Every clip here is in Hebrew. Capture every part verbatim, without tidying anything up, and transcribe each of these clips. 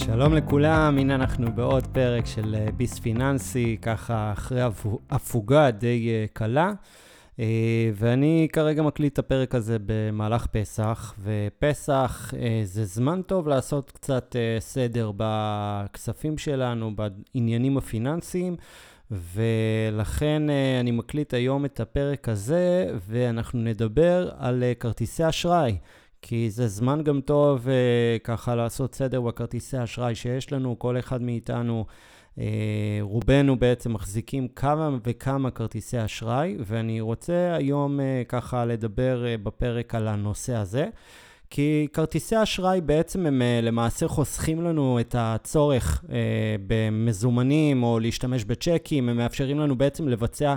שלום לכולם, הנה אנחנו בעוד פרק של ביס פיננסי, ככה אחרי הפוגה די קלה, ואני כרגע מקליט את הפרק הזה במהלך פסח, ופסח זה זמן טוב לעשות קצת סדר בכספים שלנו, בעניינים הפיננסיים, ולכן אני מקליט היום את הפרק הזה, ואנחנו נדבר על כרטיסי אשראי. כי זה זמן גם טוב ככה לעשות סדר בכרטיסי אשראי שיש לנו, כל אחד מאיתנו, רובנו בעצם מחזיקים כמה וכמה כרטיסי אשראי, ואני רוצה היום ככה לדבר בפרק על הנושא הזה, כי כרטיסי אשראי בעצם הם למעשה חוסכים לנו את הצורך במזומנים או להשתמש בצ'קים, הם מאפשרים לנו בעצם לבצע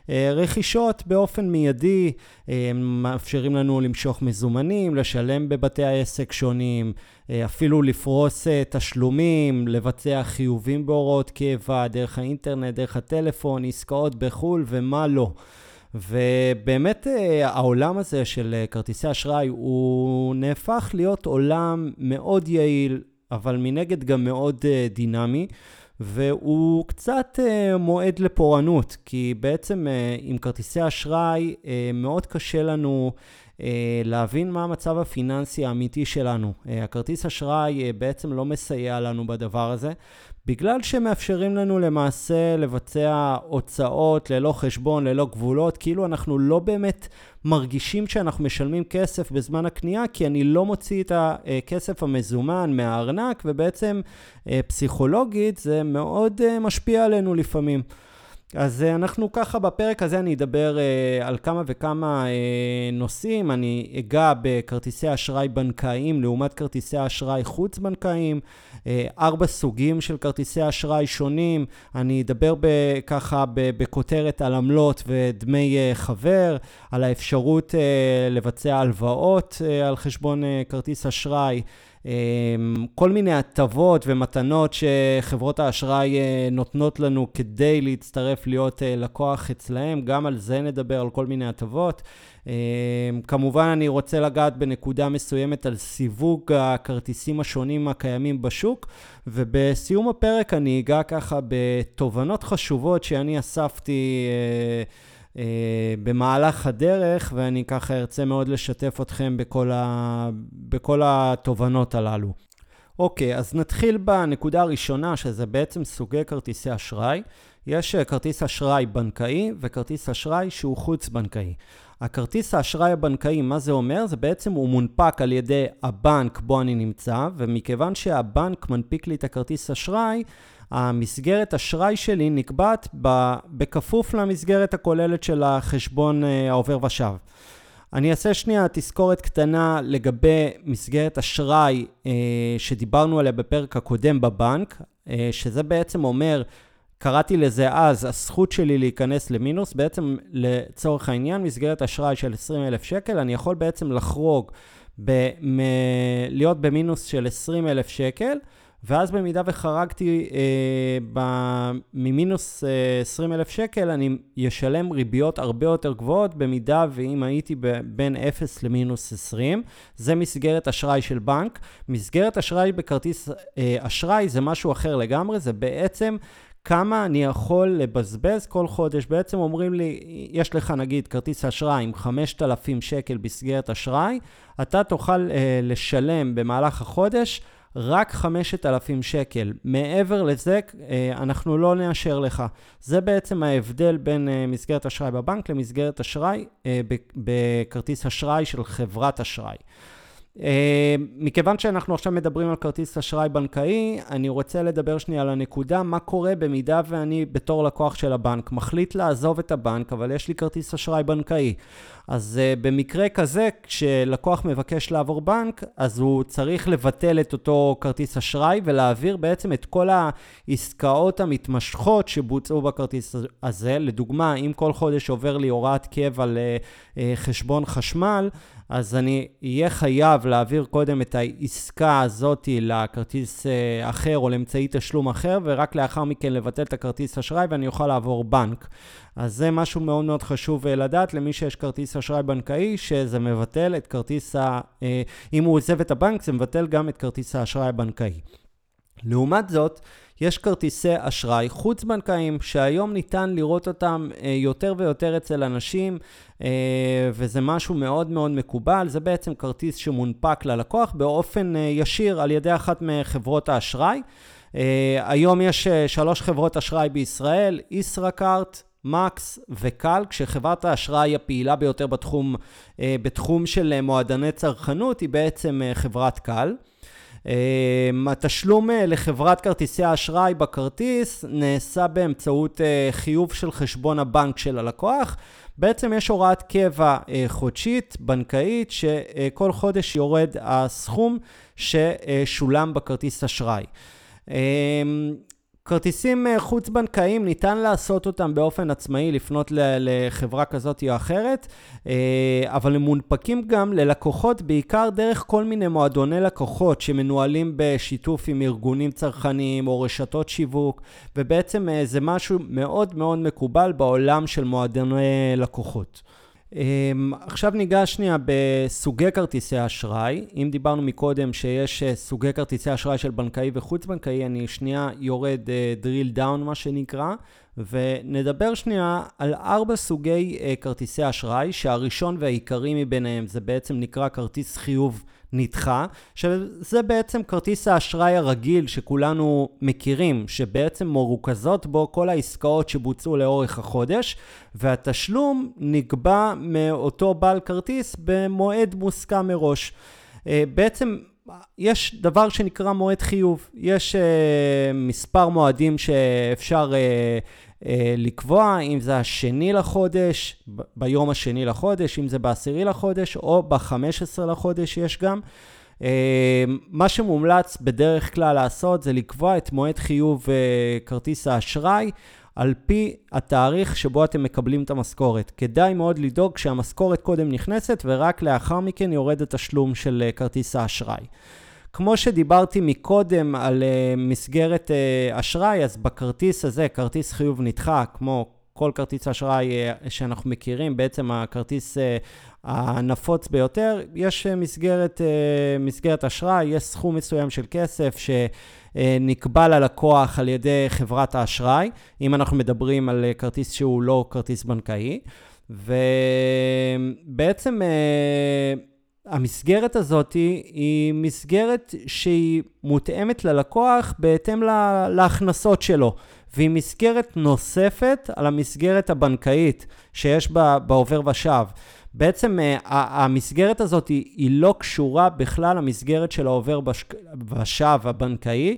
רכישות באופן מיידי, הם מאפשרים לנו למשוך מזומנים, לשלם בבתי העסק שונים, אפילו לפרוס תשלומים, לבצע חיובים בהוראות קבע, דרך האינטרנט, דרך הטלפון, עסקאות בחול ומה לא. ובאמת העולם הזה של כרטיסי אשראי הוא נהפך להיות עולם מאוד יעיל, אבל מנגד גם מאוד דינמי, והוא קצת מועד לפורענות, כי בעצם עם כרטיסי אשראי מאוד קשה לנו להבין מה המצב הפיננסי האמיתי שלנו. הכרטיס אשראי בעצם לא מסייע לנו בדבר הזה, בגלל שמאפשרים לנו למעשה לבצע הוצאות ללא חשבון, ללא גבולות, כאילו אנחנו לא באמת מרגישים שאנחנו משלמים כסף בזמן הקנייה, כי אני לא מוציא את הכסף המזומן מהארנק, ובעצם פסיכולוגית זה מאוד משפיע עלינו לפעמים. אז אנחנו ככה בפרק הזה אני אדבר אה, על כמה וכמה אה, נושאים, אני אגע בכרטיסי אשראי בנקאיים לעומת כרטיסי אשראי חוץ בנקאיים, אה, ארבע סוגים של כרטיסי אשראי שונים, אני אדבר ככה בכותרת על עמלות ודמי אה, חבר, על האפשרות אה, לבצע הלוואות אה, על חשבון אה, כרטיס אשראי, כל מיני הטבות ומתנות שחברות האשראי נותנות לנו כדי להצטרף להיות לקוח אצלהם, גם על זה נדבר, על כל מיני הטבות. כמובן אני רוצה לגעת בנקודה מסוימת על סיווג הכרטיסים השונים הקיימים בשוק, ובסיום הפרק אני אגע ככה בתובנות חשובות שאני אספתי Uh, במהלך הדרך, ואני ככה ארצה מאוד לשתף אתכם בכל, ה... בכל התובנות הללו. אוקיי, אז נתחיל בנקודה הראשונה, שזה בעצם סוגי כרטיסי אשראי. יש כרטיס אשראי בנקאי וכרטיס אשראי שהוא חוץ בנקאי. הכרטיס האשראי הבנקאי, מה זה אומר? זה בעצם הוא מונפק על ידי הבנק בו אני נמצא, ומכיוון שהבנק מנפיק לי את הכרטיס אשראי, המסגרת אשראי שלי נקבעת בכפוף למסגרת הכוללת של החשבון העובר ושב. אני אעשה שנייה תזכורת קטנה לגבי מסגרת אשראי שדיברנו עליה בפרק הקודם בבנק, שזה בעצם אומר, קראתי לזה אז, הזכות שלי להיכנס למינוס, בעצם לצורך העניין מסגרת אשראי של עשרים אלף שקל, אני יכול בעצם לחרוג, ב- להיות במינוס של עשרים אלף שקל, ואז במידה וחרגתי אה, ב- ממינוס אה, עשרים אלף שקל, אני ישלם ריביות הרבה יותר גבוהות, במידה ואם הייתי ב- בין אפס למינוס עשרים, זה מסגרת אשראי של בנק. מסגרת אשראי בכרטיס אה, אשראי זה משהו אחר לגמרי, זה בעצם כמה אני יכול לבזבז כל חודש. בעצם אומרים לי, יש לך נגיד כרטיס אשראי עם חמשת אלפים שקל בסגרת אשראי, אתה תוכל אה, לשלם במהלך החודש רק חמשת אלפים שקל. מעבר לזה, אה, אנחנו לא נאשר לך. זה בעצם ההבדל בין אה, מסגרת אשראי בבנק למסגרת אשראי אה, בכרטיס אשראי של חברת אשראי. Uh, מכיוון שאנחנו עכשיו מדברים על כרטיס אשראי בנקאי, אני רוצה לדבר שנייה על הנקודה, מה קורה במידה ואני בתור לקוח של הבנק מחליט לעזוב את הבנק, אבל יש לי כרטיס אשראי בנקאי. אז uh, במקרה כזה, כשלקוח מבקש לעבור בנק, אז הוא צריך לבטל את אותו כרטיס אשראי ולהעביר בעצם את כל העסקאות המתמשכות שבוצעו בכרטיס הזה. לדוגמה, אם כל חודש עובר לי הוראת קבע לחשבון חשמל, אז אני אהיה חייב להעביר קודם את העסקה הזאת לכרטיס אחר או לאמצעי תשלום אחר, ורק לאחר מכן לבטל את הכרטיס אשראי ואני אוכל לעבור בנק. אז זה משהו מאוד מאוד חשוב לדעת למי שיש כרטיס אשראי בנקאי, שזה מבטל את כרטיס, ה... אם הוא עוזב את הבנק, זה מבטל גם את כרטיס האשראי הבנקאי. לעומת זאת, יש כרטיסי אשראי חוץ-בנקאיים שהיום ניתן לראות אותם יותר ויותר אצל אנשים, וזה משהו מאוד מאוד מקובל. זה בעצם כרטיס שמונפק ללקוח באופן ישיר על ידי אחת מחברות האשראי. היום יש שלוש חברות אשראי בישראל, ישראכרט, מקס וקל, כשחברת האשראי הפעילה ביותר בתחום, בתחום של מועדני צרכנות היא בעצם חברת קל. התשלום לחברת כרטיסי האשראי בכרטיס נעשה באמצעות חיוב של חשבון הבנק של הלקוח. בעצם יש הוראת קבע חודשית, בנקאית, שכל חודש יורד הסכום ששולם בכרטיס אשראי. כרטיסים חוץ-בנקאיים ניתן לעשות אותם באופן עצמאי, לפנות לחברה כזאת או אחרת, אבל הם מונפקים גם ללקוחות, בעיקר דרך כל מיני מועדוני לקוחות שמנוהלים בשיתוף עם ארגונים צרכניים או רשתות שיווק, ובעצם זה משהו מאוד מאוד מקובל בעולם של מועדוני לקוחות. עכשיו ניגש שנייה בסוגי כרטיסי אשראי. אם דיברנו מקודם שיש סוגי כרטיסי אשראי של בנקאי וחוץ בנקאי, אני שנייה יורד drill down מה שנקרא, ונדבר שנייה על ארבע סוגי כרטיסי אשראי, שהראשון והעיקרי מביניהם זה בעצם נקרא כרטיס חיוב נדחה, שזה בעצם כרטיס האשראי הרגיל שכולנו מכירים, שבעצם מרוכזות בו כל העסקאות שבוצעו לאורך החודש, והתשלום נקבע מאותו בעל כרטיס במועד מוסכם מראש. בעצם יש דבר שנקרא מועד חיוב, יש מספר מועדים שאפשר לקבוע, אם זה השני לחודש, ביום השני לחודש, אם זה בעשירי לחודש, או בחמש עשרה לחודש יש גם. מה שמומלץ בדרך כלל לעשות זה לקבוע את מועד חיוב כרטיס האשראי, על פי התאריך שבו אתם מקבלים את המשכורת. כדאי מאוד לדאוג שהמשכורת קודם נכנסת, ורק לאחר מכן יורד התשלום של כרטיס האשראי. כמו שדיברתי מקודם על uh, מסגרת uh, אשראי, אז בכרטיס הזה, כרטיס חיוב נדחה, כמו כל כרטיס אשראי uh, שאנחנו מכירים, בעצם הכרטיס uh, הנפוץ ביותר, יש uh, מסגרת, uh, מסגרת אשראי, יש סכום מסוים של כסף שנקבע ללקוח על ידי חברת האשראי, אם אנחנו מדברים על uh, כרטיס שהוא לא כרטיס בנקאי, ובעצם uh, המסגרת הזאת היא מסגרת שהיא מותאמת ללקוח בהתאם להכנסות שלו, והיא מסגרת נוספת על המסגרת הבנקאית שיש בה בעובר ושב. בעצם המסגרת הזאת היא לא קשורה בכלל למסגרת של העובר ושב הבנקאי,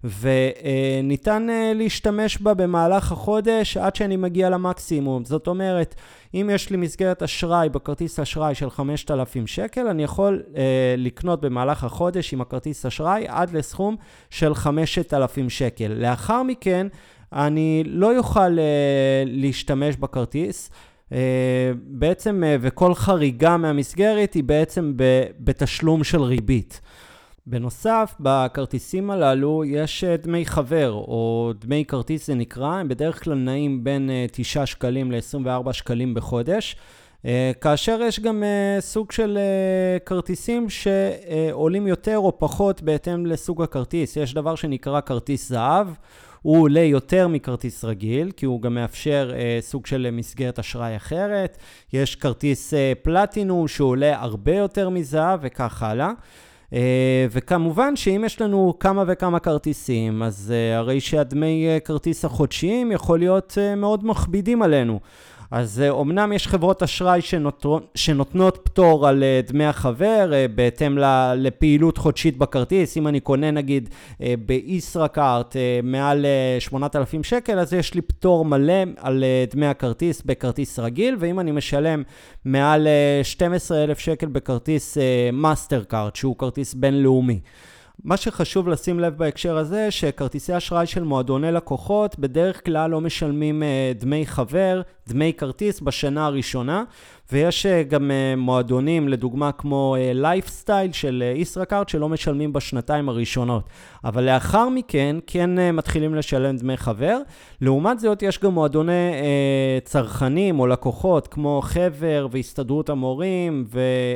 וניתן להשתמש בה במהלך החודש עד שאני מגיע למקסימום. זאת אומרת, אם יש לי מסגרת אשראי בכרטיס אשראי של חמשת אלפים שקל, אני יכול לקנות במהלך החודש עם הכרטיס אשראי עד לסכום של חמשת אלפים שקל. לאחר מכן, אני לא יוכל להשתמש בכרטיס, בעצם, וכל חריגה מהמסגרת היא בעצם בתשלום של ריבית. בנוסף, בכרטיסים הללו יש דמי חבר, או דמי כרטיס זה נקרא, הם בדרך כלל נעים בין תשעה שקלים ל-עשרים וארבעה שקלים בחודש, כאשר יש גם סוג של כרטיסים שעולים יותר או פחות בהתאם לסוג הכרטיס. יש דבר שנקרא כרטיס זהב, הוא עולה יותר מכרטיס רגיל, כי הוא גם מאפשר אה, סוג של מסגרת אשראי אחרת. יש כרטיס אה, פלטינום שהוא עולה הרבה יותר מזהב וכך הלאה. אה, וכמובן שאם יש לנו כמה וכמה כרטיסים, אז אה, הרי שהדמי אה, כרטיס החודשיים יכול להיות אה, מאוד מכבידים עלינו. אז אומנם יש חברות אשראי שנותנות, שנותנות פטור על דמי החבר בהתאם לפעילות חודשית בכרטיס. אם אני קונה נגיד בישראכרט מעל שמונת אלפים שקל, אז יש לי פטור מלא על דמי הכרטיס בכרטיס רגיל, ואם אני משלם מעל שנים עשר אלף שקל בכרטיס מאסטרקארד, שהוא כרטיס בינלאומי. מה שחשוב לשים לב בהקשר הזה, שכרטיסי אשראי של מועדוני לקוחות בדרך כלל לא משלמים דמי חבר, דמי כרטיס בשנה הראשונה, ויש גם מועדונים, לדוגמה כמו לייפסטייל של ישראכרט, שלא משלמים בשנתיים הראשונות. אבל לאחר מכן, כן מתחילים לשלם דמי חבר. לעומת זאת, יש גם מועדוני צרכנים או לקוחות, כמו חבר והסתדרות המורים,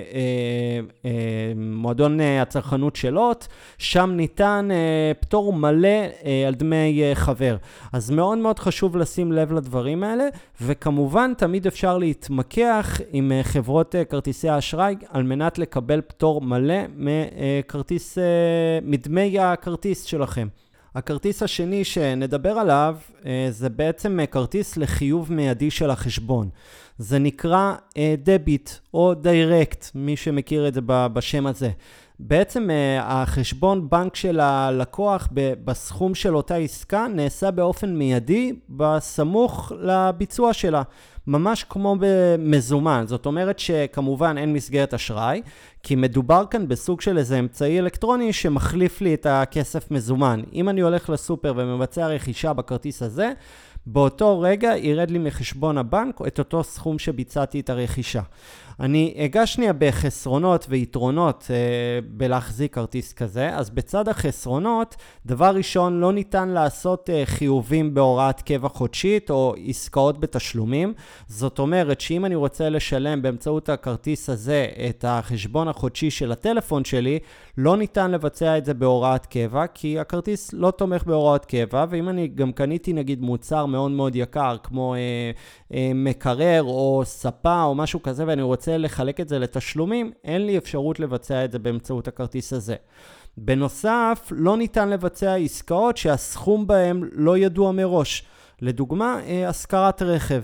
ומועדון הצרכנות שלוט, שם ניתן פטור מלא על דמי חבר. אז מאוד מאוד חשוב לשים לב לדברים האלה, וכמובן תמיד אפשר להתמקח עם חברות כרטיסי האשראי, על מנת לקבל פטור מלא מכרטיס, מדמי הכרטיס שלכם. הכרטיס השני שנדבר עליו, זה בעצם כרטיס לחיוב מיידי של החשבון. זה נקרא דביט או דיירקט, מי שמכיר את זה בשם הזה. בעצם החשבון בנק של הלקוח בסכום של אותה עסקה נעשה באופן מיידי בסמוך לביצוע שלה, ממש כמו במזומן. זאת אומרת שכמובן אין מסגרת אשראי, כי מדובר כאן בסוג של איזה אמצעי אלקטרוני שמחליף לי את הכסף מזומן. אם אני הולך לסופר ומבצע רכישה בכרטיס הזה, באותו רגע ירד לי מחשבון הבנק את אותו סכום שביצעתי את הרכישה. אני אגע שנייה בחסרונות ויתרונות אה, בלהחזיק כרטיס כזה. אז בצד החסרונות, דבר ראשון, לא ניתן לעשות אה, חיובים בהוראת קבע חודשית או עסקאות בתשלומים. זאת אומרת שאם אני רוצה לשלם באמצעות הכרטיס הזה את החשבון החודשי של הטלפון שלי, לא ניתן לבצע את זה בהוראת קבע, כי הכרטיס לא תומך בהוראות קבע, ואם אני גם קניתי נגיד מוצר מאוד מאוד יקר, כמו אה, אה, מקרר או ספה או משהו כזה, ואני רוצה לחלק את זה לתשלומים, אין לי אפשרות לבצע את זה באמצעות הכרטיס הזה. בנוסף, לא ניתן לבצע עסקאות שהסכום בהם לא ידוע מראש. לדוגמה, השכרת רכב.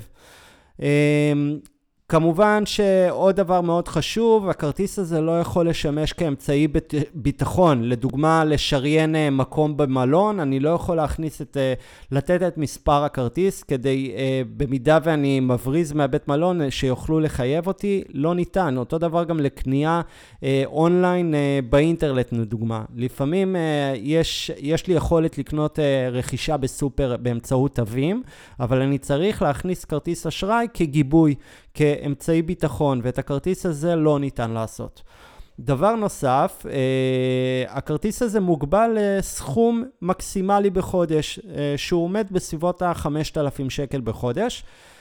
כמובן שעוד דבר מאוד חשוב, הכרטיס הזה לא יכול לשמש כאמצעי ביטחון. לדוגמה, לשריין מקום במלון, אני לא יכול להכניס את, לתת את מספר הכרטיס, כדי במידה ואני מבריז מהבית מלון שיוכלו לחייב אותי, לא ניתן. אותו דבר גם לקנייה אונליין באינטרנט, לדוגמה. לפעמים יש, יש לי יכולת לקנות רכישה בסופר באמצעות תווים, אבל אני צריך להכניס כרטיס אשראי כגיבוי, כאמצעי ביטחון, ואת הכרטיס הזה לא ניתן לעשות. דבר נוסף, הכרטיס הזה מוגבל לסכום מקסימלי בחודש, שהוא עומד בסביבות ה-חמשת אלפים שקל בחודש.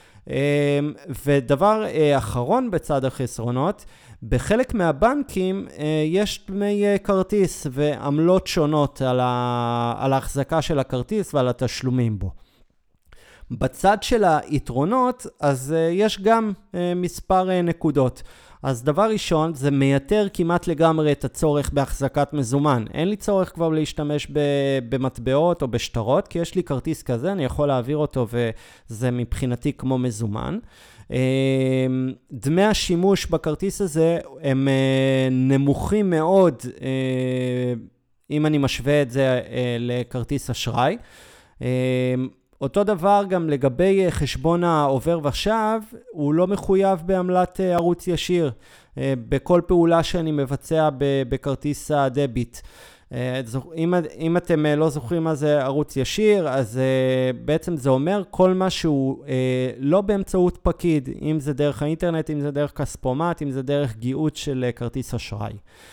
ודבר אחרון בצד החסרונות, בחלק מהבנקים יש דמי כרטיס ועמלות שונות על ההחזקה של הכרטיס ועל התשלומים בו. בצד של היתרונות, אז uh, יש גם uh, מספר uh, נקודות. אז דבר ראשון, זה מייתר כמעט לגמרי את הצורך בהחזקת מזומן. אין לי צורך כבר להשתמש במטבעות או בשטרות, כי יש לי כרטיס כזה, אני יכול להעביר אותו וזה מבחינתי כמו מזומן. דמי השימוש בכרטיס הזה הם נמוכים מאוד, אם אני משווה את זה לכרטיס אשראי. אותו דבר גם לגבי חשבון העובר ושב, הוא לא מחויב בעמלת ערוץ ישיר בכל פעולה שאני מבצע בכרטיס הדביט. אם, אם אתם לא זוכרים מה זה ערוץ ישיר, אז בעצם זה אומר כל מה שהוא לא באמצעות פקיד, אם זה דרך האינטרנט, אם זה דרך כספומט, אם זה דרך גיאות של כרטיס אשראי.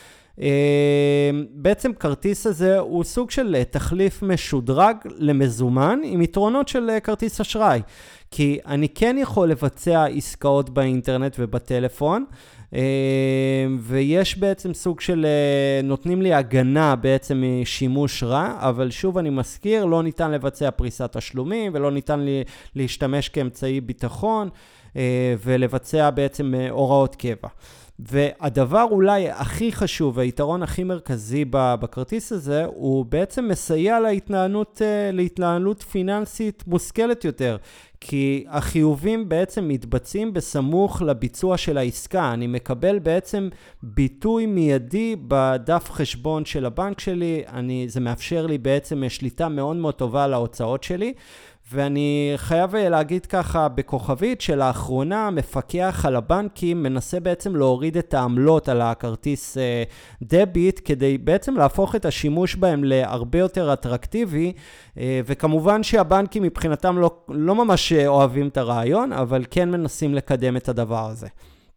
בעצם כרטיס הזה הוא סוג של תחליף משודרג למזומן עם יתרונות של כרטיס אשראי, כי אני כן יכול לבצע עסקאות באינטרנט ובטלפון, ויש בעצם סוג של, נותנים לי הגנה בעצם משימוש רע, אבל שוב אני מזכיר, לא ניתן לבצע פריסת תשלומים ולא ניתן לי להשתמש כאמצעי ביטחון ולבצע בעצם הוראות קבע. והדבר אולי הכי חשוב, היתרון הכי מרכזי בכרטיס הזה, הוא בעצם מסייע להתנהלות, להתנהלות פיננסית מושכלת יותר, כי החיובים בעצם מתבצעים בסמוך לביצוע של העסקה. אני מקבל בעצם ביטוי מיידי בדף חשבון של הבנק שלי, אני, זה מאפשר לי בעצם שליטה מאוד מאוד טובה על ההוצאות שלי, ואני חייב להגיד ככה בכוכבית שלאחרונה מפקח על הבנקים מנסה בעצם להוריד את העמלות על הכרטיס דביט כדי בעצם להפוך את השימוש בהם להרבה יותר אטרקטיבי, וכמובן שהבנקים מבחינתם לא, לא ממש אוהבים את הרעיון, אבל כן מנסים לקדם את הדבר הזה.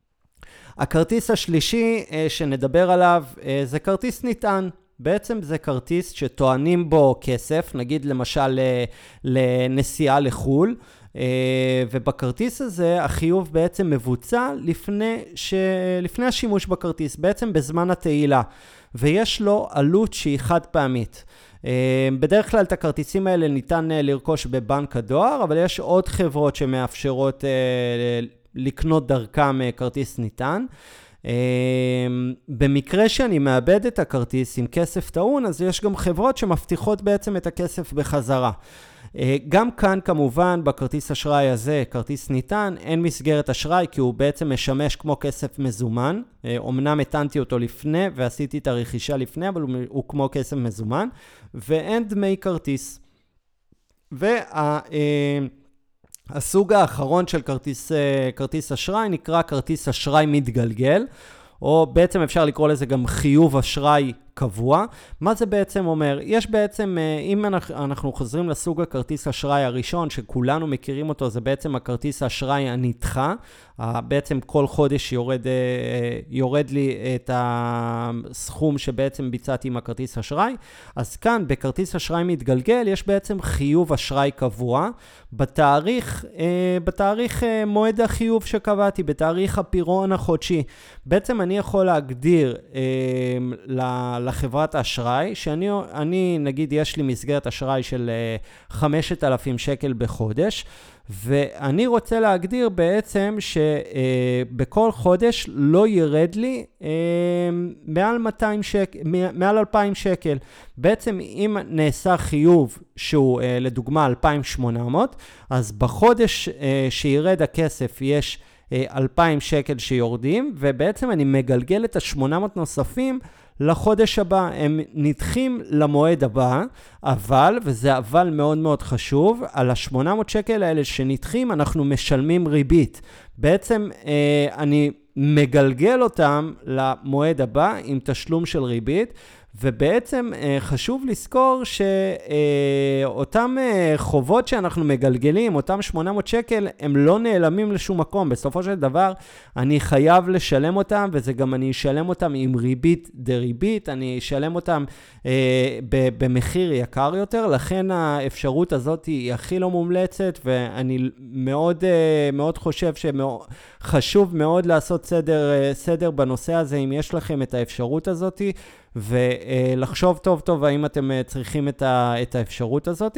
הכרטיס השלישי שנדבר עליו זה כרטיס נטען. בעצם זה כרטיס שטוענים בו כסף, נגיד למשל לנסיעה לחול, ובכרטיס הזה החיוב בעצם מבוצע לפני, ש... לפני השימוש בכרטיס, בעצם בזמן התהילה, ויש לו עלות שהיא חד פעמית. בדרך כלל את הכרטיסים האלה ניתן לרכוש בבנק הדואר, אבל יש עוד חברות שמאפשרות לקנות דרכם כרטיס נטען. במקרה שאני מאבד את הכרטיס עם כסף טעון, אז יש גם חברות שמבטיחות בעצם את הכסף בחזרה. גם כאן כמובן בכרטיס אשראי הזה, כרטיס נטען, אין מסגרת אשראי כי הוא בעצם משמש כמו כסף מזומן. אמנם הטענתי אותו לפני ועשיתי את הרכישה לפני, אבל הוא, הוא כמו כסף מזומן, ואין דמי כרטיס. וה... הסוג האחרון של כרטיס, כרטיס אשראי נקרא כרטיס אשראי מתגלגל, או בעצם אפשר לקרוא לזה גם חיוב אשראי קבוע. מה זה בעצם אומר? יש בעצם, אם אנחנו חוזרים לסוג הכרטיס אשראי הראשון, שכולנו מכירים אותו, זה בעצם הכרטיס האשראי הנדחה. בעצם כל חודש יורד, יורד לי את הסכום שבעצם ביצעתי עם הכרטיס אשראי. אז כאן בכרטיס אשראי מתגלגל יש בעצם חיוב אשראי קבוע, בתאריך, בתאריך מועד החיוב שקבעתי, בתאריך הפירעון החודשי. בעצם אני יכול להגדיר לחברת האשראי, שאני אני, נגיד יש לי מסגרת אשראי של חמשת אלפים שקל בחודש, ואני רוצה להגדיר בעצם שבכל חודש לא ירד לי מעל מאתיים שקל, מעל אלפיים שקל. בעצם אם נעשה חיוב שהוא לדוגמה אלפיים ושמונה מאות, אז בחודש שירד הכסף יש אלפיים שקל שיורדים, ובעצם אני מגלגל את ה-שמונה מאות נוספים לחודש הבא. הם נדחים למועד הבא, אבל, וזה אבל מאוד מאוד חשוב, על ה-שמונה מאות שקל האלה שנדחים אנחנו משלמים ריבית. בעצם אה, אני מגלגל אותם למועד הבא עם תשלום של ריבית, ובעצם חשוב לזכור שאותם חובות שאנחנו מגלגלים, אותם שמונה מאות שקל, הם לא נעלמים לשום מקום. בסופו של דבר אני חייב לשלם אותם, וזה גם אני אשלם אותם עם ריבית דריבית, אני אשלם אותם במחיר יקר יותר, לכן האפשרות הזאת היא הכי לא מומלצת, ואני מאוד, מאוד חושב שחשוב מאוד לעשות סדר, סדר בנושא הזה, אם יש לכם את האפשרות הזאת, ולחשוב טוב טוב האם אתם צריכים את, ה, את האפשרות הזאת.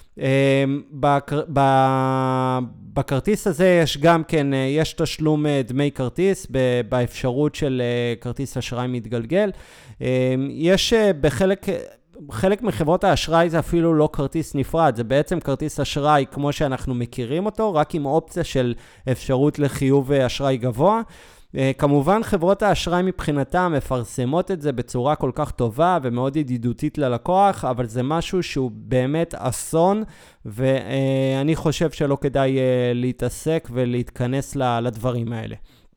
בכרטיס הזה יש גם כן, יש תשלום דמי כרטיס באפשרות של כרטיס אשראי מתגלגל. יש בחלק... חלק מחברות האשראי זה אפילו לא כרטיס נפרד, זה בעצם כרטיס אשראי כמו שאנחנו מכירים אותו, רק עם אופציה של אפשרות לחיוב אשראי גבוה. כמובן חברות האשראי מבחינתם מפרסמות את זה בצורה כל כך טובה ומאוד ידידותית ללקוח, אבל זה משהו שהוא באמת אסון, ואני חושב שלא כדאי להתעסק ולהתכנס לדברים האלה.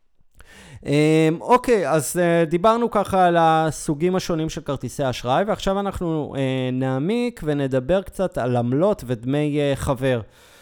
אוקיי, אז דיברנו ככה על הסוגים השונים של כרטיסי אשראי, ועכשיו אנחנו נעמיק ונדבר קצת על עמלות ודמי חבר.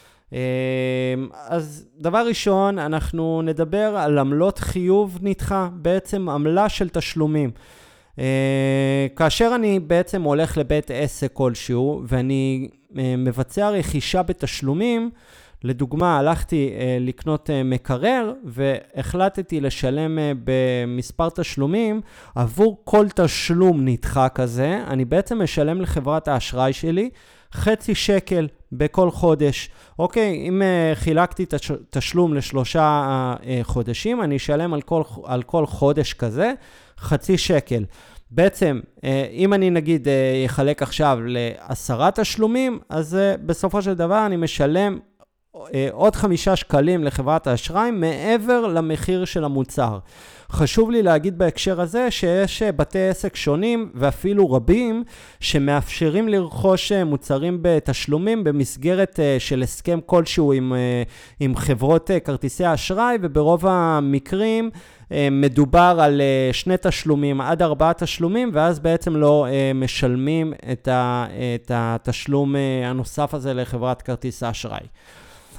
אז דבר ראשון, אנחנו נדבר על עמלות חיוב נדחה, בעצם עמלה של תשלומים. כאשר אני בעצם הולך לבית עסק כלשהו, ואני מבצע רכישה בתשלומים, לדוגמה, הלכתי לקנות מקרר, והחלטתי לשלם במספר תשלומים, עבור כל תשלום נדחה כזה, אני בעצם משלם לחברת האשראי שלי, חצי שקל בכל חודש. אוקיי, אם חילקתי את התשלום לשלושה חודשים, אני אשלם על כל, על כל חודש כזה, חצי שקל. בעצם, אם אני נגיד יחלק עכשיו לעשרה תשלומים, אז בסופו של דבר אני משלם עוד חמישה שקלים לחברת האשראי מעבר למחיר של המוצר. חשוב לי להגיד בהקשר הזה שיש בתי עסק שונים ואפילו רבים שמאפשרים לרכוש מוצרים בתשלומים במסגרת של הסכם כלשהו עם, עם חברות כרטיסי האשראי, וברוב המקרים מדובר על שני תשלומים עד ארבעה תשלומים, ואז בעצם לא משלמים את התשלום הנוסף הזה לחברת כרטיס האשראי.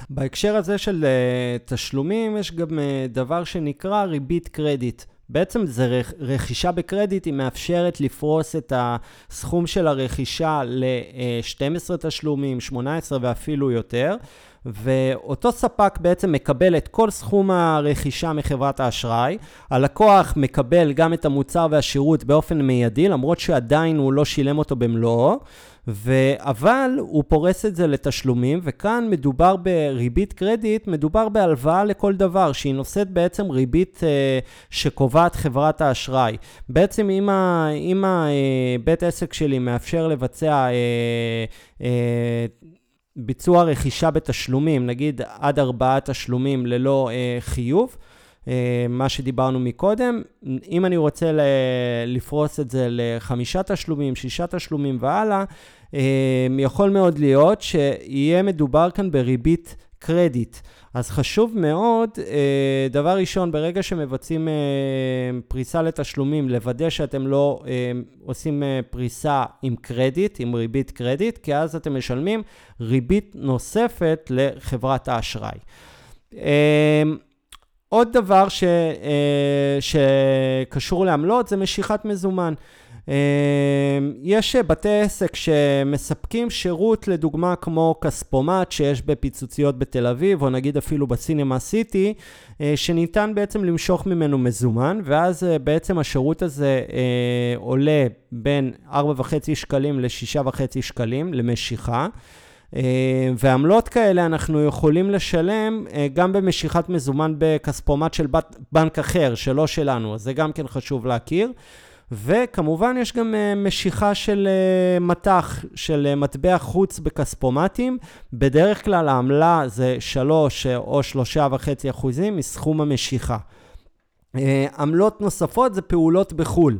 בהקשר הזה של uh, תשלומים, יש גם uh, דבר שנקרא ריבית קרדיט. בעצם זה רכישה בקרדיט, היא מאפשרת לפרוס את הסכום של הרכישה ל-שנים עשר תשלומים, שמונה עשרה ואפילו יותר, ואותו ספק בעצם מקבל את כל סכום הרכישה מחברת האשראי, הלקוח מקבל גם את המוצר והשירות באופן מיידי, למרות שעדיין הוא לא שילם אותו במלואו, אבל הוא פורס את זה לתשלומים, וכאן מדובר בריבית קרדיט, מדובר בהלוואה לכל דבר, שהיא נושאת בעצם ריבית אה, שקובעת חברת האשראי. בעצם אם, ה, אם ה, אה, בית עסק שלי מאפשר לבצע אה, אה, ביצוע רכישה בתשלומים, נגיד עד ארבעה תשלומים ללא אה, חיוב, מה שדיברנו מקודם, אם אני רוצה לפרוס את זה לחמישה תשלומים, שישה תשלומים והלאה, יכול מאוד להיות שיהיה מדובר כאן בריבית קרדיט. אז חשוב מאוד, דבר ראשון, ברגע שמבצעים פריסה לתשלומים, לוודא שאתם לא עושים פריסה עם קרדיט, עם ריבית קרדיט, כי אז אתם משלמים ריבית נוספת לחברת האשראי. עוד דבר ש, שקשור לעמלות זה משיכת מזומן. יש בתי עסק שמספקים שירות לדוגמה כמו כספומט שיש בפיצוציות בתל אביב, או נגיד אפילו בסינמה סיטי, שניתן בעצם למשוך ממנו מזומן, ואז בעצם השירות הזה עולה בין ארבע וחצי שקלים ל-שישה וחצי שקלים למשיכה. ועמלות כאלה אנחנו יכולים לשלם גם במשיכת מזומן בכספומט של בנק אחר, שלא שלנו, אז זה גם כן חשוב להכיר. וכמובן יש גם משיכה של מתח, של מטבע חוץ בכספומטים, בדרך כלל העמלה זה שלוש או שלושה וחצי אחוזים מסכום המשיכה. עמלות נוספות זה פעולות בחול.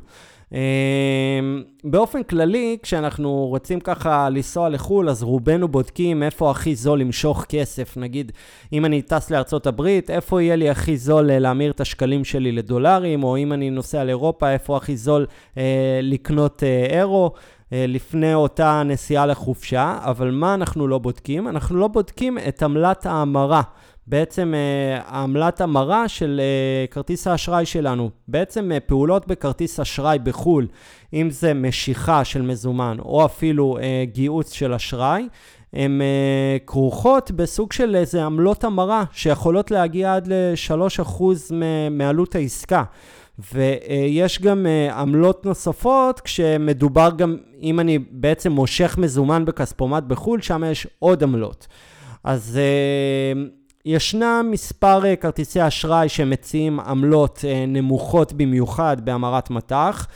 באופן כללי, כשאנחנו רוצים ככה לנסוע לחול, אז רובנו בודקים איפה הכי זול למשוך כסף. נגיד, אם אני טס לארצות הברית, איפה יהיה לי הכי זול להמיר את השקלים שלי לדולרים, או אם אני נוסע לאירופה, איפה הכי זול אה, לקנות אה, אירו, אה, לפני אותה נסיעה לחופשה. אבל מה אנחנו לא בודקים? אנחנו לא בודקים את עמלת ההמרה. בעצם העמלת המרה של כרטיס האשראי שלנו, בעצם פעולות בכרטיס אשראי בחול, אם זה משיכה של מזומן או אפילו גיוץ של אשראי, הן כרוכות בסוג של איזה עמלות המרה שיכולות להגיע עד ל-שלושה אחוז מעלות העסקה. ויש גם עמלות נוספות כשמדובר גם, אם אני בעצם מושך מזומן בכספומט בחול, שם יש עוד עמלות. אז ישנה מספר כרטיסי אשראי שמציעים עמלות נמוכות במיוחד בהמרת מטח.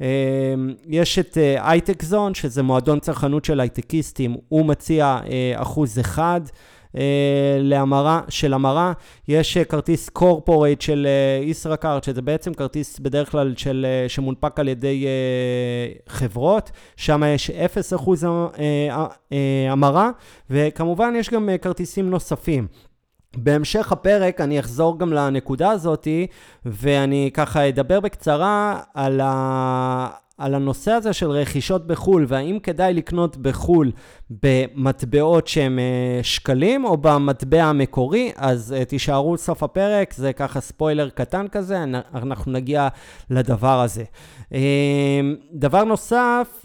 יש את הייטק זון, שזה מועדון צרכנות של הייטקיסטים, הוא מציע אחוז אחד להמרה, של המרה. יש כרטיס קורפורייט של ישראכרט, שזה בעצם כרטיס בדרך כלל של, שמונפק על ידי חברות, שם יש אפס אחוז המרה, וכמובן יש גם כרטיסים נוספים. בהמשך הפרק אני אחזור גם לנקודה הזאת, ואני ככה אדבר בקצרה על, ה... על הנושא הזה של רכישות בחול, והאם כדאי לקנות בחול במטבעות שהם שקלים או במטבע המקורי. אז תישארו סוף הפרק, זה ככה ספוילר קטן כזה, אנחנו נגיע לדבר הזה. דבר נוסף,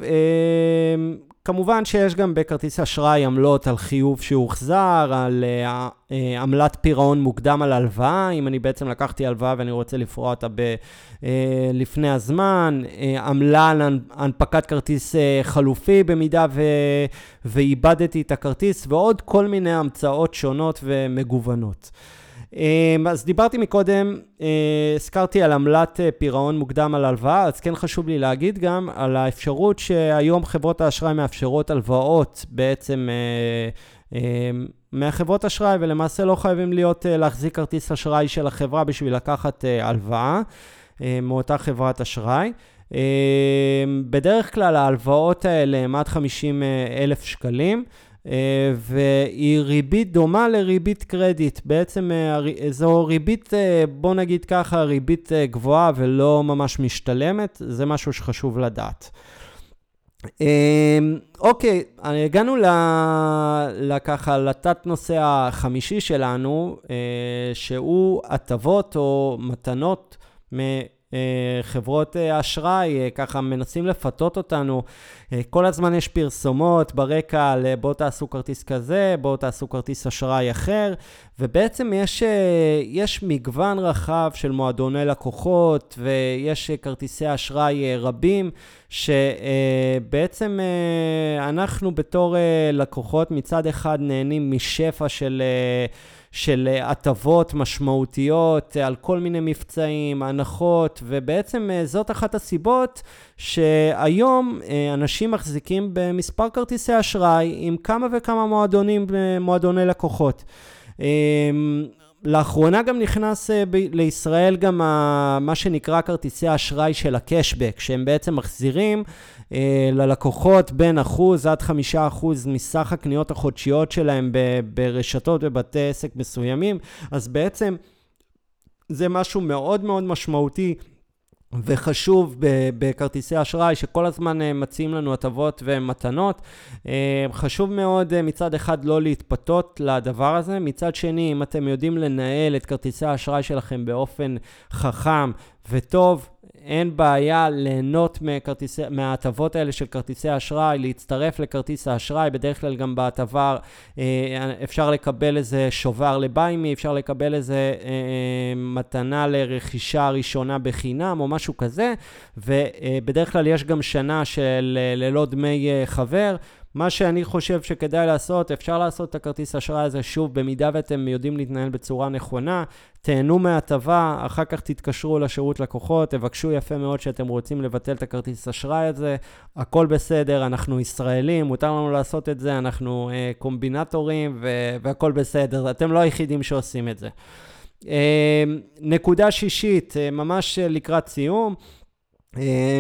כמובן שיש גם בכרטיס אשראי עמלות על חיוב שהוחזר, על uh, עמלת פירעון מוקדם על הלוואה, אם אני בעצם לקחתי הלוואה ואני רוצה לפרוע אותה ב, uh, לפני הזמן, uh, עמלה על הנפקת כרטיס uh, חלופי במידה ו, ואיבדתי את הכרטיס, ועוד כל מיני המצאות שונות ומגוונות. אז דיברתי מקודם, הזכרתי על עמלת פירעון מוקדם על הלוואה, אז כן חשוב לי להגיד גם על האפשרות שהיום חברות האשראי מאפשרות הלוואות בעצם מהחברות אשראי, ולמעשה לא חייבים להיות להחזיק כרטיס אשראי של החברה בשביל לקחת הלוואה מאותה חברת אשראי. בדרך כלל ההלוואות האלה הם עד חמישים אלף שקלים, והיא ריבית דומה לריבית קרדיט. בעצם זו ריבית, בוא נגיד ככה, ריבית גבוהה ולא ממש משתלמת. זה משהו שחשוב לדעת. אוקיי, הגענו לככה, לתת נושא החמישי שלנו, שהוא הטבות או מתנות מחברות אשראי, ככה מנסים לפתות אותנו. כל הזמן יש פרסומות ברקע על בואו תעשו כרטיס כזה, בואו תעשו כרטיס אשראי אחר, ובעצם יש, יש מגוון רחב של מועדוני לקוחות, ויש כרטיסי אשראי רבים, שבעצם אנחנו בתור לקוחות מצד אחד נהנים משפע של של הטבות משמעותיות על כל מיני מבצעים, הנחות, ובעצם זאת אחת הסיבות שהיום אנשים מחזיקים במספר כרטיסי אשראי עם כמה וכמה מועדונים, מועדוני לקוחות. לאחרונה גם נכנס ב- לישראל גם ה- מה שנקרא כרטיסי האשראי של הקשבק, שהם בעצם מחזירים אה, ללקוחות בין אחוז עד חמישה אחוז מסך הקניות החודשיות שלהם ב- ברשתות ובתי עסק מסוימים. אז בעצם זה משהו מאוד מאוד משמעותי וחשוב בכרטיסי אשראי, שכל הזמן מציעים לנו הטבות ומתנות. חשוב מאוד מצד אחד לא להתפתות לדבר הזה, מצד שני אם אתם יודעים לנהל את כרטיסי האשראי שלכם באופן חכם וטוב, אין בעיה ליהנות מכרטיסי, מההטבות האלה של כרטיסי אשראי, להצטרף לכרטיס האשראי, בדרך כלל גם בהטבה אפשר לקבל איזה שובר לביימי, אפשר לקבל איזה מתנה לרכישה ראשונה בחינם או משהו כזה, ובדרך כלל יש גם שנה של ללא דמי חבר. מה שאני חושב שכדאי לעשות, אפשר לעשות את הכרטיס אשראי הזה שוב, במידה ואתם יודעים להתנהל בצורה נכונה, תהנו מהטבה, אחר כך תתקשרו לשירות לקוחות, תבקשו יפה מאוד שאתם רוצים לבטל את הכרטיס אשראי הזה, הכל בסדר, אנחנו ישראלים, מותר לנו לעשות את זה, אנחנו אה, קומבינטורים ו- והכל בסדר, אתם לא היחידים שעושים את זה. אה, נקודה שישית, אה, ממש לקראת סיום, אה,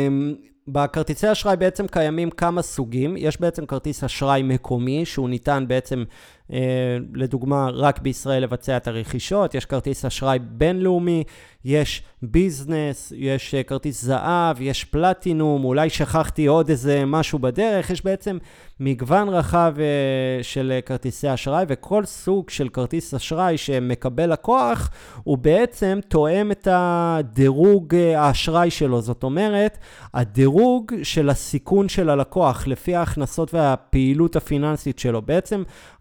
בכרטיסי אשראי בעצם קיימים כמה סוגים. יש בעצם כרטיס אשראי מקומי, שהוא ניתן בעצם, אה, לדוגמה, רק בישראל לבצע את הרכישות. יש כרטיס אשראי בינלאומי, יש ביזנס, יש uh, כרטיס זהב, יש פלטינום, אולי שכחתי עוד איזה משהו בדרך. יש בעצם מגוון רחב uh, של uh, כרטיסי אשראי, וכל סוג של כרטיס אשראי שמקבל לקוח, הוא בעצם תואם את הדירוג uh, האשראי שלו. זאת אומרת, הדירוג של הסיכון של הלקוח, לפי ההכנסות והפעילות הפיננסית שלו. בעצם,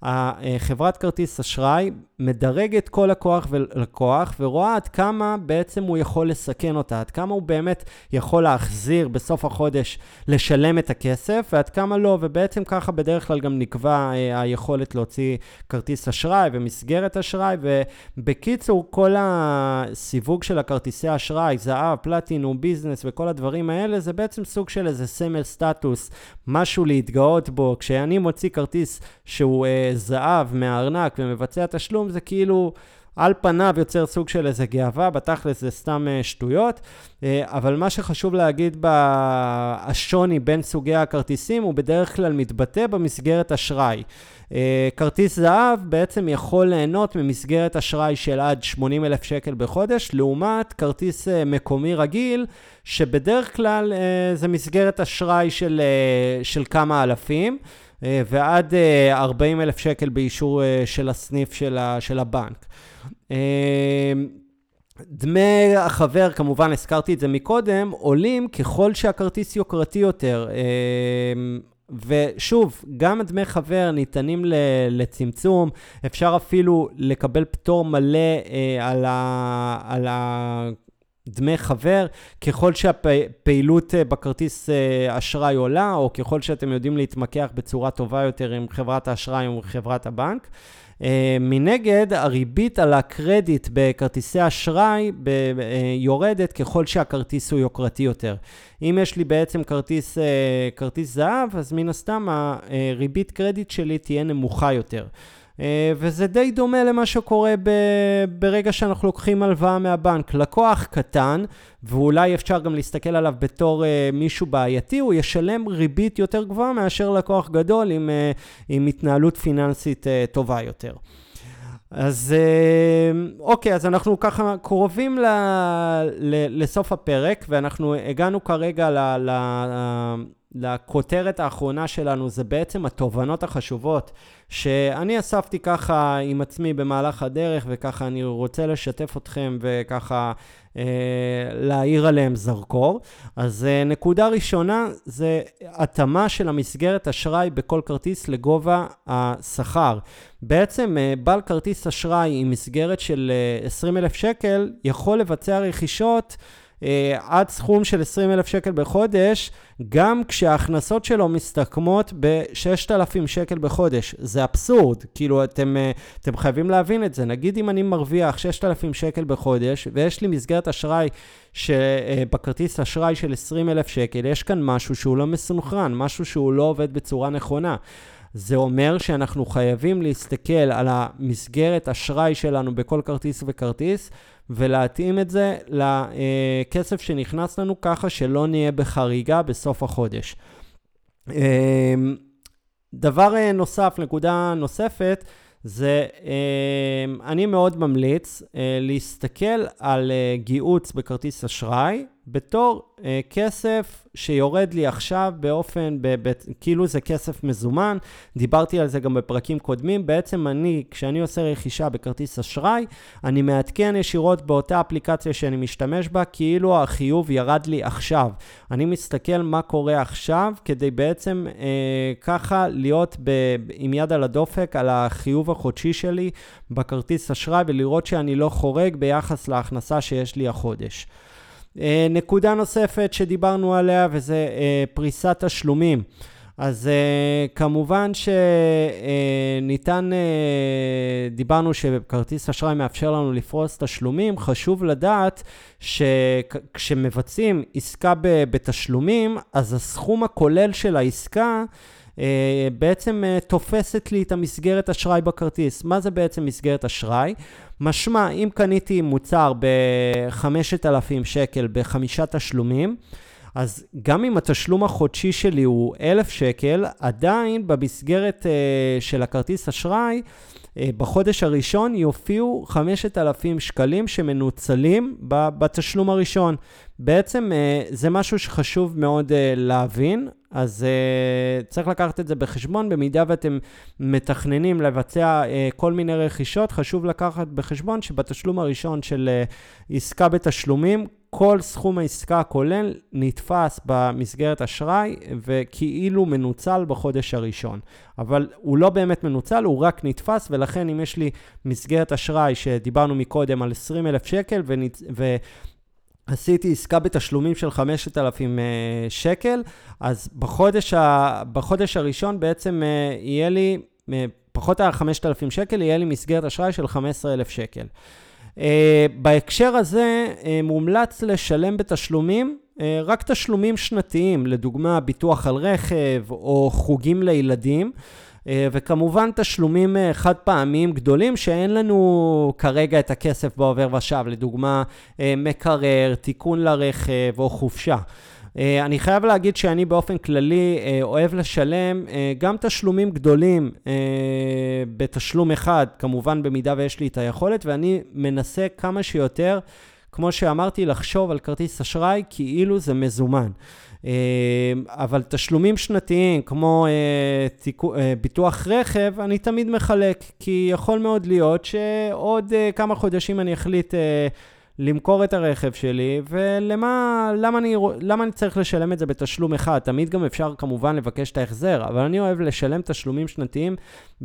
חברת כרטיס אשראי מדרגת כל לקוח ולקוח, ורואה עד כמה בעצם הוא יכול לסכן אותה, עד כמה הוא באמת יכול להחזיר בסוף החודש לשלם את הכסף, ועד כמה לא, ובעצם ככה בדרך כלל גם נקבע אה, היכולת להוציא כרטיס אשראי ומסגרת אשראי, ובקיצור כל הסיווג של הכרטיסי אשראי, זהב, פלטינום, ביזנס וכל הדברים האלה, זה בעצם סוג של איזה סמל סטטוס, משהו להתגאות בו. כשאני מוציא כרטיס שהוא אה, זהב מהארנק ומבצע תשלום, זה כאילו על פניו יוצר סוג של איזה גאווה, בתכלס זה סתם שטויות, אבל מה שחשוב להגיד בשוני בין סוגי הכרטיסים, הוא בדרך כלל מתבטא במסגרת אשראי. כרטיס זהב בעצם יכול ליהנות ממסגרת אשראי של עד שמונים אלף שקל בחודש, לעומת כרטיס מקומי רגיל, שבדרך כלל זה מסגרת אשראי של, של כמה אלפים, ועד ארבעים אלף שקל באישור של הסניף של, של הבנק. דמי החבר, כמובן הזכרתי את זה מקודם, עולים ככל שהכרטיס יוקרתי יותר. ושוב, גם דמי חבר ניתנים לצמצום, אפשר אפילו לקבל פטור מלא על ה... על ה... דמי חבר, ככל שהפעילות בכרטיס אשראי עולה, או ככל שאתם יודעים להתמקח בצורה טובה יותר עם חברת האשראי או חברת הבנק. מנגד, הריבית על הקרדיט בכרטיסי אשראי יורדת ככל שהכרטיס הוא יוקרתי יותר. אם יש לי בעצם כרטיס, כרטיס זהב, אז מן הסתם הריבית קרדיט שלי תהיה נמוכה יותר. וזה די דומה למה שקורה ב- ברגע שאנחנו לוקחים הלוואה מהבנק. לקוח קטן, ואולי אפשר גם להסתכל עליו בתור uh, מישהו בעייתי, הוא ישלם ריבית יותר גבוהה מאשר לקוח גדול עם, uh, עם התנהלות פיננסית uh, טובה יותר. אז uh, אוקיי, אז אנחנו ככה קרובים ל- ל- לסוף הפרק, ואנחנו הגענו כרגע ל... ל- לכותרת האחרונה שלנו, זה בעצם התובנות החשובות, שאני אספתי ככה עם עצמי במהלך הדרך, וככה אני רוצה לשתף אתכם, וככה אה, להעיר עליהם זרקור. אז אה, נקודה ראשונה, זה התאמה של המסגרת אשראי בכל כרטיס לגובה השכר. בעצם אה, בעל כרטיס אשראי עם מסגרת של אה, עשרים אלף שקל, יכול לבצע רכישות, Uh, עד סכום של עשרים אלף שקל בחודש, גם כשההכנסות שלו מסתכמות ב-שישת אלפים שקל בחודש. זה אבסורד, כאילו אתם, uh, אתם חייבים להבין את זה. נגיד אם אני מרוויח שישת אלפים שקל בחודש, ויש לי מסגרת אשראי ש, uh, בכרטיס אשראי של עשרים אלף שקל, יש כאן משהו שהוא לא מסונכרן, משהו שהוא לא עובד בצורה נכונה. זה אומר שאנחנו חייבים להסתכל על המסגרת אשראי שלנו בכל כרטיס וכרטיס, ולהתאים את זה לכסף שנכנס לנו ככה שלא נהיה בחריגה בסוף החודש. דבר נוסף, נקודה נוספת, זה אני מאוד ממליץ להסתכל על גיהוץ בכרטיס אשראי בתור כסף שיורד לי עכשיו באופן, ב- ב- כאילו זה כסף מזומן. דיברתי על זה גם בפרקים קודמים. בעצם אני, כשאני עושה רכישה בכרטיס אשראי, אני מעדכן ישירות באותה אפליקציה שאני משתמש בה, כאילו החיוב ירד לי עכשיו. אני מסתכל מה קורה עכשיו, כדי בעצם אה, ככה להיות ב- עם יד על הדופק על החיוב החודשי שלי בכרטיס אשראי, ולראות שאני לא חורג ביחס להכנסה שיש לי החודש. נקודה נוספת שדיברנו עליה, וזה פריסת תשלומים. אז כמובן שניתן, דיברנו שכרטיס אשראי מאפשר לנו לפרוס תשלומים. חשוב לדעת שכשמבצעים עסקה בתשלומים, אז הסכום הכולל של העסקה בעצם תופסת לי את המסגרת אשראי בכרטיס. מה זה בעצם מסגרת אשראי? משמע, אם קניתי מוצר ב-חמשת אלפים שקל בחמישה תשלומים, אז גם אם התשלום החודשי שלי הוא אלף שקל, עדיין במסגרת uh, של הכרטיס אשראי, uh, בחודש הראשון יופיעו חמשת אלפים שקלים שמנוצלים בתשלום הראשון. בעצם uh, זה משהו שחשוב מאוד uh, להבין, אז uh, צריך לקחת את זה בחשבון. במידה ואתם מתכננים לבצע uh, כל מיני רכישות, חשוב לקחת בחשבון שבתשלום הראשון של uh, עסקה בתשלומים, כל סכום העסקה הכולל נתפס במסגרת אשראי וכאילו מנוצל בחודש הראשון. אבל הוא לא באמת מנוצל, הוא רק נתפס, ולכן אם יש לי מסגרת אשראי שדיברנו מקודם על עשרים אלף שקל ונצ... ו... עשיתי עסקה בתשלומים של חמשת אלפים שקל, אז בחודש, ה... בחודש הראשון בעצם יהיה לי, פחות ה-חמשת אלפים שקל, יהיה לי מסגרת אשראי של חמישה עשר אלף שקל. Uh, בהקשר הזה uh, מומלץ לשלם בתשלומים, uh, רק תשלומים שנתיים, לדוגמה ביטוח על רכב או חוגים לילדים, uh, וכמובן תשלומים uh, חד פעמיים גדולים שאין לנו כרגע את הכסף בעובר ושב, לדוגמה uh, מקרר, תיקון לרכב או חופשה. Uh, אני חייב להגיד שאני באופן כללי uh, אוהב לשלם uh, גם תשלומים גדולים uh, בתשלום אחד, כמובן במידה ויש לי את היכולת, ואני מנסה כמה שיותר, כמו שאמרתי, לחשוב על כרטיס אשראי כאילו זה מזומן. Uh, אבל תשלומים שנתיים כמו uh, תיקו, uh, ביטוח רכב, אני תמיד מחלק, כי יכול מאוד להיות שעוד uh, כמה חודשים אני אחליט uh, למכור את הרכב שלי, ולמה, למה אני, למה אני צריך לשלם את זה בתשלום אחד? תמיד גם אפשר כמובן לבקש את ההחזר, אבל אני אוהב לשלם תשלומים שנתיים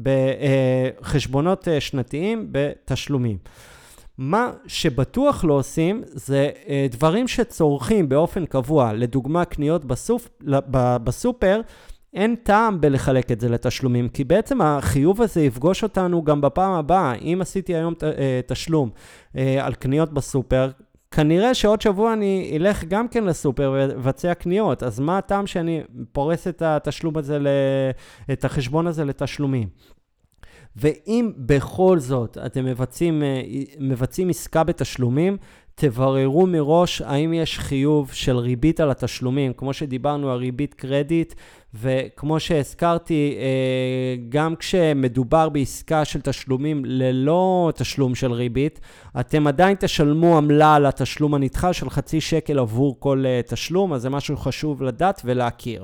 בחשבונות שנתיים בתשלומים. מה שבטוח לא עושים זה דברים שצורכים באופן קבוע, לדוגמה קניות בסופ, בסופר, אין טעם בלחלק את זה לתשלומים, כי בעצם החיוב הזה יפגוש אותנו גם בפעם הבאה. אם עשיתי היום תשלום על קניות בסופר, כנראה שעוד שבוע אני אלך גם כן לסופר ובצע קניות, אז מה הטעם שאני פורס את התשלום הזה, את החשבון הזה לתשלומים? ואם בכל זאת אתם מבצעים, מבצעים עסקה בתשלומים, תבררו מראש האם יש חיוב של ריבית על התשלומים, כמו שדיברנו על ריבית קרדיט, וכמו שהזכרתי, גם כשמדובר בעסקה של תשלומים ללא תשלום של ריבית, אתם עדיין תשלמו עמלה על התשלום הנדחה של חצי שקל עבור כל תשלום, אז זה משהו חשוב לדעת ולהכיר.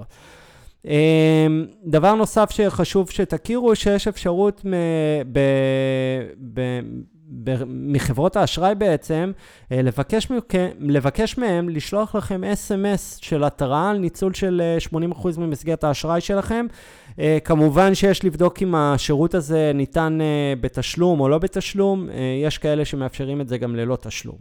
דבר נוסף שחשוב שתכירו, שיש אפשרות מ- ב- ב- ב- מחברות האשראי בעצם, לבקש, לבקש מהם לשלוח לכם אס אם אס של התראה על ניצול של שמונים אחוז ממסגרת האשראי שלכם. כמובן שיש לבדוק אם השירות הזה ניתן בתשלום או לא בתשלום, יש כאלה שמאפשרים את זה גם ללא תשלום.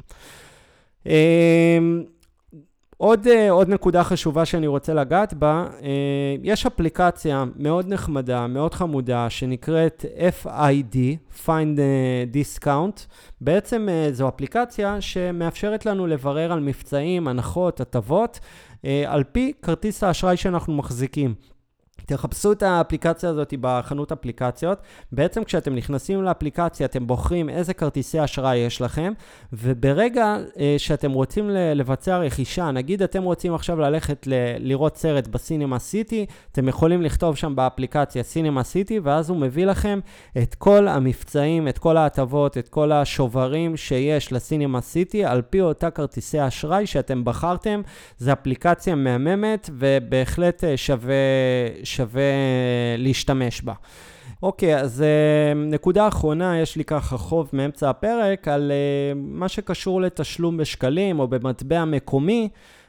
עוד, עוד נקודה חשובה שאני רוצה לגעת בה, יש אפליקציה מאוד נחמדה, מאוד חמודה, שנקראת אף איי די, Find Discount. בעצם זו אפליקציה שמאפשרת לנו לברר על מבצעים, הנחות, הטבות, על פי כרטיס האשראי שאנחנו מחזיקים. תחפשו את האפליקציה הזאת בחנות אפליקציות. בעצם כשאתם נכנסים לאפליקציה, אתם בוחרים איזה כרטיסי אשראי יש לכם, וברגע שאתם רוצים לבצע רכישה, נגיד אתם רוצים עכשיו ללכת ל- לראות סרט בסינמה סיטי, אתם יכולים לכתוב שם באפליקציה סינמה סיטי, ואז הוא מביא לכם את כל המבצעים, את כל ההטבות, את כל השוברים שיש לסינמה סיטי, על פי אותה כרטיסי אשראי שאתם בחרתם. זו אפליקציה מהממת, ובהחלט שווה... שווה להשתמש בה. אוקיי, אז נקודה אחרונה, יש לי ככה חוב מאמצע הפרק על מה שקשור לתשלום בשקלים או במטבע מקומי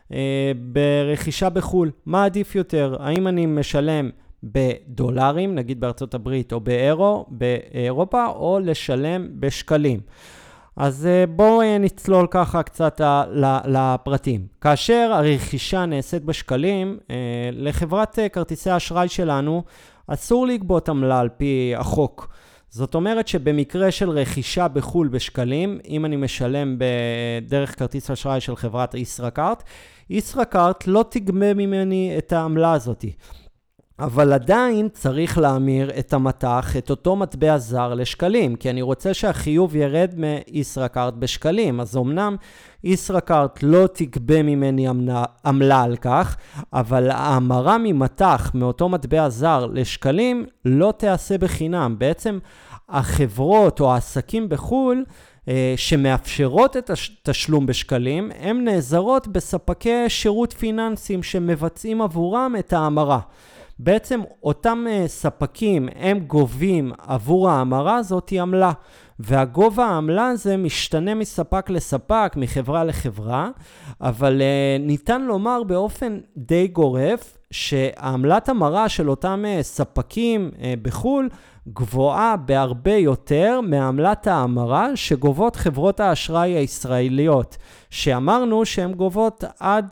ברכישה בחול. מה עדיף יותר? האם אני משלם בדולרים, נגיד בארצות הברית, או באירו, באירופה, או לשלם בשקלים? אז בואו נצלול ככה קצת לפרטים. כאשר הרכישה נעשית בשקלים, לחברת כרטיסי האשראי שלנו אסור לגבות עמלה על פי החוק. זאת אומרת שבמקרה של רכישה בחול בשקלים, אם אני משלם בדרך כרטיס אשראי של חברת ישראכרט, ישראכרט לא תגבה ממני את העמלה הזאת. אבל עדיין צריך להמיר את המטח, את אותו מטבע זר לשקלים, כי אני רוצה שהחיוב ירד מישראכרט בשקלים. אז אמנם ישראכרט לא תגבה ממני עמלה על כך, אבל ההמרה ממטח מאותו מטבע זר לשקלים לא תעשה בחינם. בעצם החברות או העסקים בחול שמאפשרות את התשלום בשקלים, הם נעזרות בספקי שירות פיננסיים שמבצעים עבורם את ההמרה. בעצם אותם ספקים הם גובים עבור ההמרה הזאת עמלה, והגובה העמלה הזה משתנה מספק לספק, מחברה לחברה, אבל ניתן לומר באופן די גורף שהעמלת המרה של אותם ספקים בחול גבוהה בהרבה יותר מעמלת ההמרה שגובות חברות האשראי הישראליות, שאמרנו שהן גובות עד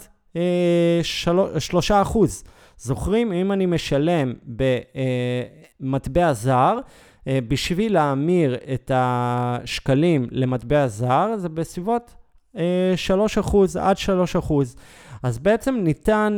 שלושה אחוז. זוכרים, אם אני משלם במטבע זר, בשביל להמיר את השקלים למטבע זר, זה בסביבות שלושה אחוז עד שלושה אחוז. אז בעצם ניתן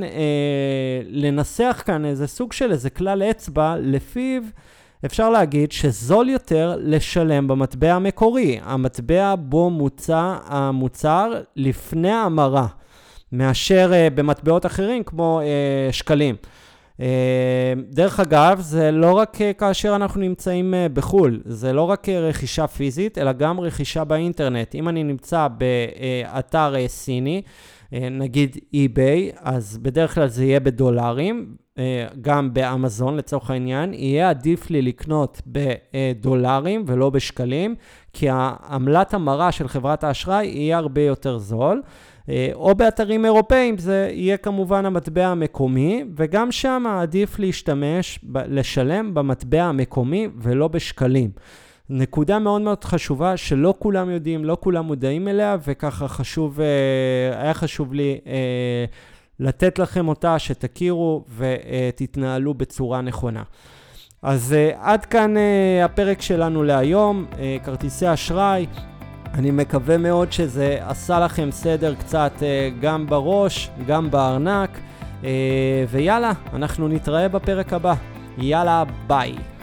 לנסח כאן איזה סוג של איזה כלל אצבע, לפיו אפשר להגיד שזול יותר לשלם במטבע המקורי, המטבע בו מוצע המוצר לפני ההמרה, מאשר uh, במטבעות אחרים כמו uh, שקלים. Uh, דרך אגב, זה לא רק uh, כאשר אנחנו נמצאים uh, בחול, זה לא רק uh, רכישה פיזית, אלא גם רכישה באינטרנט. אם אני נמצא באתר uh, סיני, uh, נגיד eBay, אז בדרך כלל זה יהיה בדולרים, uh, גם באמזון לצורך העניין, יהיה עדיף לי לקנות בדולרים ולא בשקלים, כי העמלת המרה של חברת האשראי יהיה הרבה יותר זול. או באתרים אירופאים זה יהיה כמובן המטבע המקומי, וגם שם עדיף להשתמש, לשלם במטבע המקומי ולא בשקלים. נקודה מאוד מאוד חשובה שלא כולם יודעים, לא כולם מודעים אליה, וככה חשוב, היה חשוב לי לתת לכם אותה, שתכירו ותתנהלו בצורה נכונה. אז עד כאן הפרק שלנו להיום, כרטיסי אשראי. אני מקווה מאוד שזה עשה לכם סדר קצת גם בראש, גם בארנק, ויאללה, אנחנו נתראה בפרק הבא. יאללה, ביי.